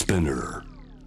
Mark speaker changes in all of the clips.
Speaker 1: Spinner。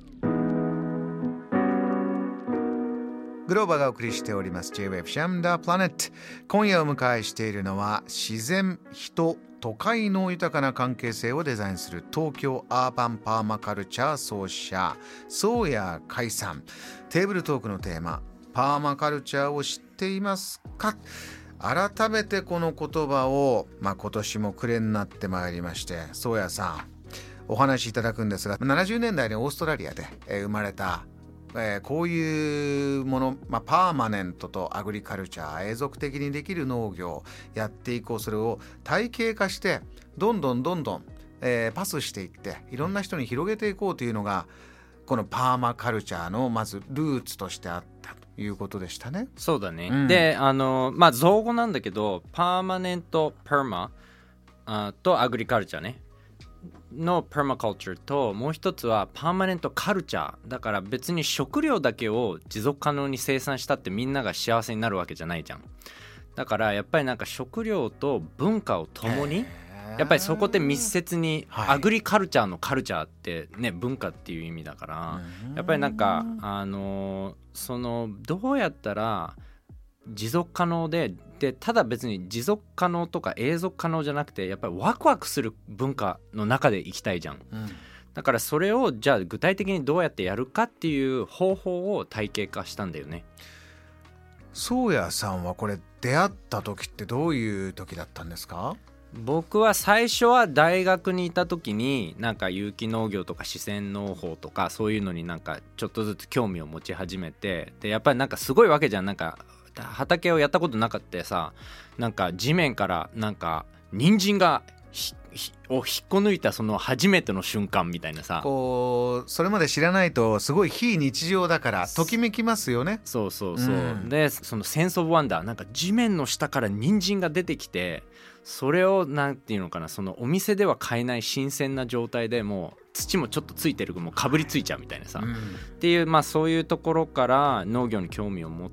Speaker 2: グローバがお送りしております J-Wave シャムダープラネット。今夜お迎えしているのは自然、人、都会の豊かな関係性をデザインする東京アーバンパーマカルチャー創始者宗谷海さん。テーブルトークのテーマ、パーマカルチャーを知っていますか。改めてこの言葉を、今年も暮れになってまいりまして、宗谷さんお話しいただくんですが、70年代にオーストラリアで生まれたこういうもの、パーマネントとアグリカルチャー、永続的にできる農業をやっていこう、それを体系化してどんどん、パスしていっていろんな人に広げていこうというのがこのパーマカルチャーのまずルーツとしてあったということでしたね。
Speaker 3: そうだね、で造語なんだけど、パーマネントパーマとアグリカルチャーねのパーマカルチャーと、もう一つはパーマネントカルチャーだから、別に食料だけを持続可能に生産したってみんなが幸せになるわけじゃないじゃん。だからやっぱりなんか食料と文化を共に、やっぱりそこって密接に、アグリカルチャーのカルチャーってね、文化っていう意味だから、やっぱりなんかそのどうやったら持続可能でただ別に持続可能とか永続可能じゃなくて、やっぱりワクワクする文化の中で生きたいじゃん、だからそれをじゃあ具体的にどうやってやるかっていう方法を体系化したんだよね。
Speaker 2: 宗谷さんはこれ出会った時ってどういう時だったんですか。
Speaker 3: 僕は最初は大学にいた時になんか有機農業とか自然農法とかそういうのになんかちょっとずつ興味を持ち始めて、でやっぱりなんかすごいわけじゃん。なんか畑をやったことなかったさ、なんか地面からなんか人参がを引っこ抜いたその初めての瞬間みたいなさ、
Speaker 2: こうそれまで知らないとすごい非日常だからときめきますよね。
Speaker 3: そう、でそのセンスオブワンダー、なんか地面の下から人参が出てきて、それをなんていうのかな、そのお店では買えない新鮮な状態でもう土もちょっとついてる、もうかぶりついちゃうみたいなさ、っていうそういうところから農業に興味を持って、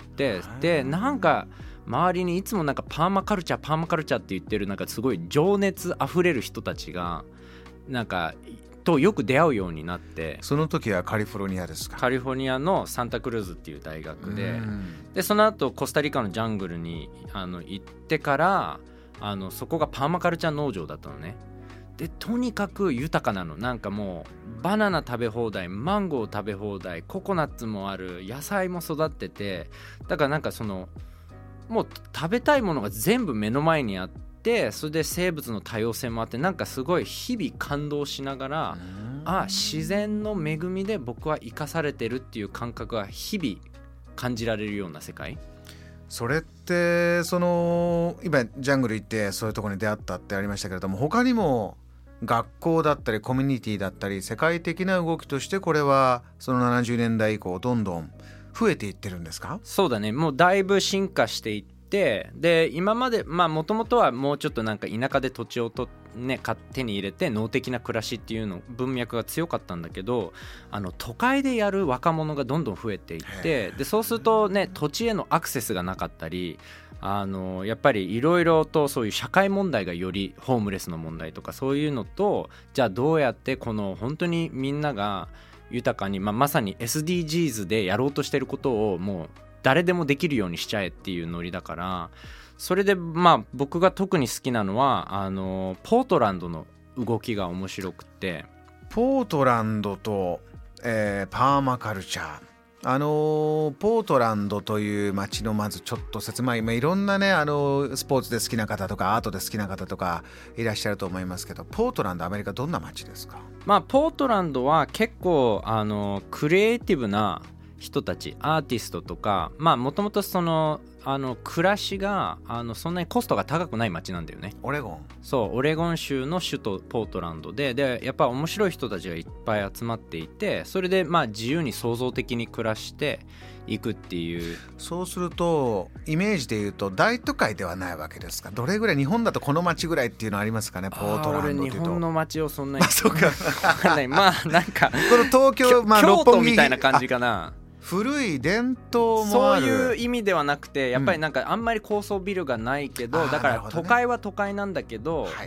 Speaker 3: でなんか周りにいつもなんかパーマカルチャーって言ってるなんかすごい情熱あふれる人たちがなんかとよく出会うようになって。
Speaker 2: その時はカリフォルニアですか。
Speaker 3: カリフォルニアのサンタクルーズっていう大学で、その後コスタリカのジャングルに行ってから、そこがパーマカルチャー農場だったのね。でとにかく豊かなの。なんかもうバナナ食べ放題、マンゴー食べ放題、ココナッツもある、野菜も育ってて、だからなんかそのもう食べたいものが全部目の前にあって、それで生物の多様性もあって、なんかすごい日々感動しながら、自然の恵みで僕は生かされてるっていう感覚が日々感じられるような世界。
Speaker 2: それってその今ジャングル行ってそういうところに出会ったってありましたけれども、他にも学校だったりコミュニティだったり世界的な動きとしてこれはその70年代以降どんどん増えていってるんですか。
Speaker 3: そうだね、もうだいぶ進化していって、で今までもともとはもうちょっとなんか田舎で土地を手に入れて農的な暮らしっていうの文脈が強かったんだけど、都会でやる若者がどんどん増えていって、でそうするとね、土地へのアクセスがなかったり、やっぱりいろいろとそういう社会問題がよりホームレスの問題とかそういうのと、じゃあどうやってこの本当にみんなが豊かに、まさに SDGs でやろうとしてることをもう誰でもできるようにしちゃえっていうノリだから、それで僕が特に好きなのはポートランドの動きが面白くて。
Speaker 2: ポートランドと、パーマカルチャー、ポートランドという街のまずちょっと説明、いろんなねスポーツで好きな方とかアートで好きな方とかいらっしゃると思いますけど、ポートランドアメリカどんな街ですか。
Speaker 3: ポートランドは結構クリエイティブな人たち、アーティストとか、もともとその暮らしがそんなにコストが高くない街なんだよね。
Speaker 2: オレゴン。
Speaker 3: そう、オレゴン州の首都ポートランドでやっぱ面白い人たちがいっぱい集まっていて、それで自由に創造的に暮らしていくっていう。
Speaker 2: そうするとイメージでいうと大都会ではないわけですか。どれぐらい日本だとこの街ぐらいっていうのありますかね。ポートランドっていうと。
Speaker 3: 俺日本の街をそんなに
Speaker 2: そうか
Speaker 3: なんか
Speaker 2: この東京、
Speaker 3: 京都みたいな感じかな。
Speaker 2: 古い伝統も
Speaker 3: そう
Speaker 2: ある。
Speaker 3: いう意味ではなくて、やっぱりなんかあんまり高層ビルがないけど、だから都会は都会なんだけど、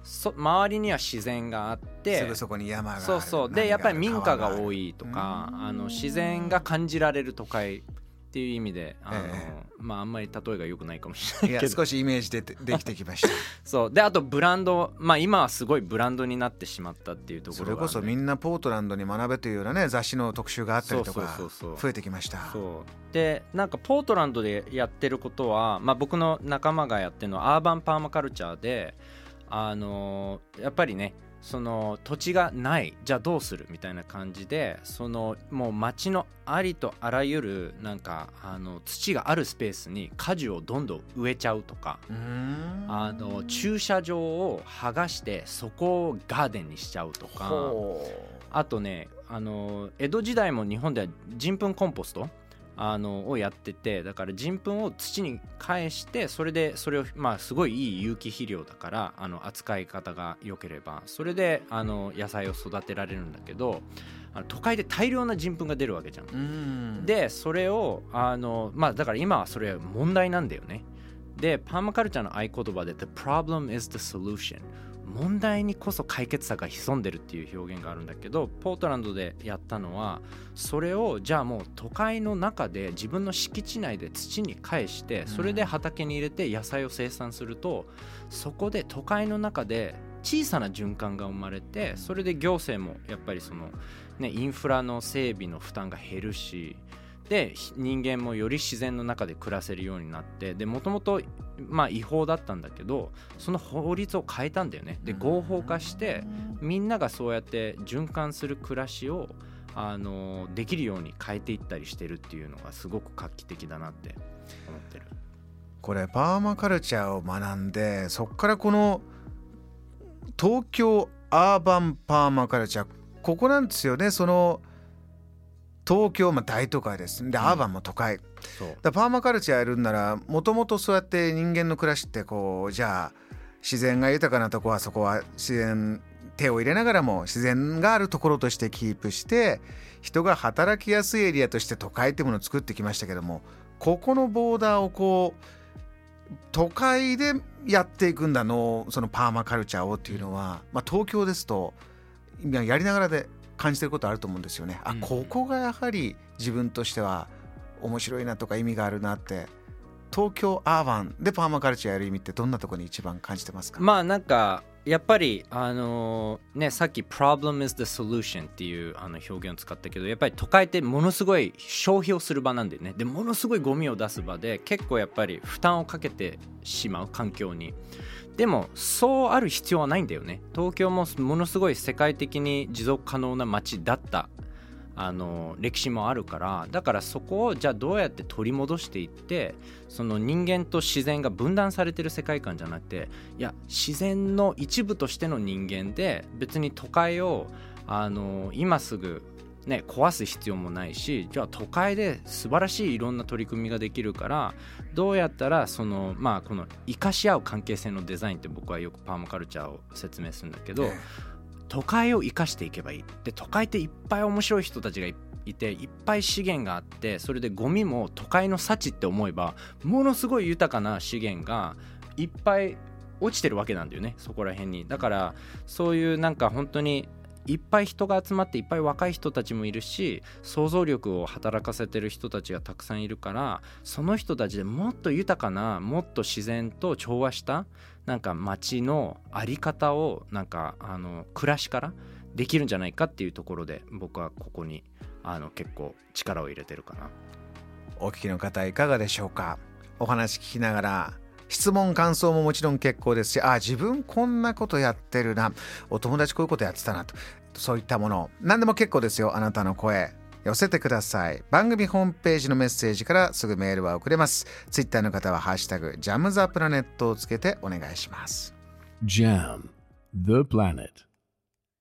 Speaker 3: 周りには自然があって
Speaker 2: すぐそこに山がある。
Speaker 3: そうそうでやっぱり民家が多
Speaker 2: い
Speaker 3: いとか自然が感じられる都会っていう意味でまああんまり例えが良くないかもしれないけど
Speaker 2: 少しイメージできてきました
Speaker 3: そうであとブランドまあ今はすごいブランドになってしまったっていうところが、ね、
Speaker 2: それこそみんなポートランドに学べというようなね雑誌の特集があったりとか増えてきました。
Speaker 3: そうでなんかポートランドでやってることは、まあ、僕の仲間がやってるのはアーバンパーマカルチャーでやっぱりねその土地がないじゃあどうするみたいな感じでそのもう町のありとあらゆるなんか土があるスペースに果樹をどんどん植えちゃうとか駐車場を剥がしてそこをガーデンにしちゃうとかあとね江戸時代も日本では人糞コンポストをやっててだから人糞を土に返してそれをまあすごいいい有機肥料だから扱い方が良ければそれで野菜を育てられるんだけど都会で大量な人糞が出るわけじゃん。でそれをまあだから今はそれは問題なんだよね。でパーマカルチャーの合言葉で The problem is the solution問題にこそ解決策が潜んでるっていう表現があるんだけどポートランドでやったのはそれをじゃあもう都会の中で自分の敷地内で土に返してそれで畑に入れて野菜を生産するとそこで都会の中で小さな循環が生まれてそれで行政もやっぱりその、ね、インフラの整備の負担が減るしで人間もより自然の中で暮らせるようになってでもともとまあ違法だったんだけどその法律を変えたんだよね。で合法化してみんながそうやって循環する暮らしをできるように変えていったりしてるっていうのがすごく画期的だなって思ってる。
Speaker 2: これパーマカルチャーを学んでそこからこの東京アーバンパーマカルチャーここなんですよね。その東京、大都会ですでアーバンも都会、だパーマカルチャーやるんならもともとそうやって人間の暮らしってこうじゃあ自然が豊かなとこはそこは自然手を入れながらも自然があるところとしてキープして人が働きやすいエリアとして都会っていうものを作ってきましたけどもここのボーダーをこう都会でやっていくんだのそのパーマカルチャーをっていうのは、東京ですと今やりながらで感じてることあると思うんですよね。ここがやはり自分としては面白いなとか意味があるなって東京アーバンでパーマカルチャーやる意味ってどんなところに一番感じてますか？
Speaker 3: なんかやっぱりねさっき problem is the solution っていう表現を使ったけどやっぱり都会ってものすごい消費をする場なんでねでものすごいゴミを出す場で結構やっぱり負担をかけてしまう環境にでもそうある必要はないんだよね。東京もものすごい世界的に持続可能な街だった歴史もあるからだからそこをじゃあどうやって取り戻していってその人間と自然が分断されてる世界観じゃなくていや自然の一部としての人間で別に都会を今すぐね、壊す必要もないしじゃあ都会で素晴らしいいろんな取り組みができるからどうやったらこの生かし合う関係性のデザインって僕はよくパーマカルチャーを説明するんだけど、都会を生かしていけばいいで都会っていっぱい面白い人たちがいていっぱい資源があってそれでゴミも都会の幸って思えばものすごい豊かな資源がいっぱい落ちてるわけなんだよねそこら辺に。だからそういうなんか本当にいっぱい人が集まっていっぱい若い人たちもいるし想像力を働かせてる人たちがたくさんいるからその人たちでもっと豊かなもっと自然と調和したなんか街のあり方をなんか暮らしからできるんじゃないかっていうところで僕はここに結構力を入れてるかな。
Speaker 2: お聞きの方いかがでしょうか？お話聞きながら質問感想ももちろん結構ですし自分こんなことやってるなお友達こういうことやってたなとそういったもの何でも結構ですよ。あなたの声寄せてください。番組ホームページのメッセージからすぐメールは送れます。ツイッターの方はハッシュタグジャムザプラネットをつけてお願いします。
Speaker 1: Jam the Planet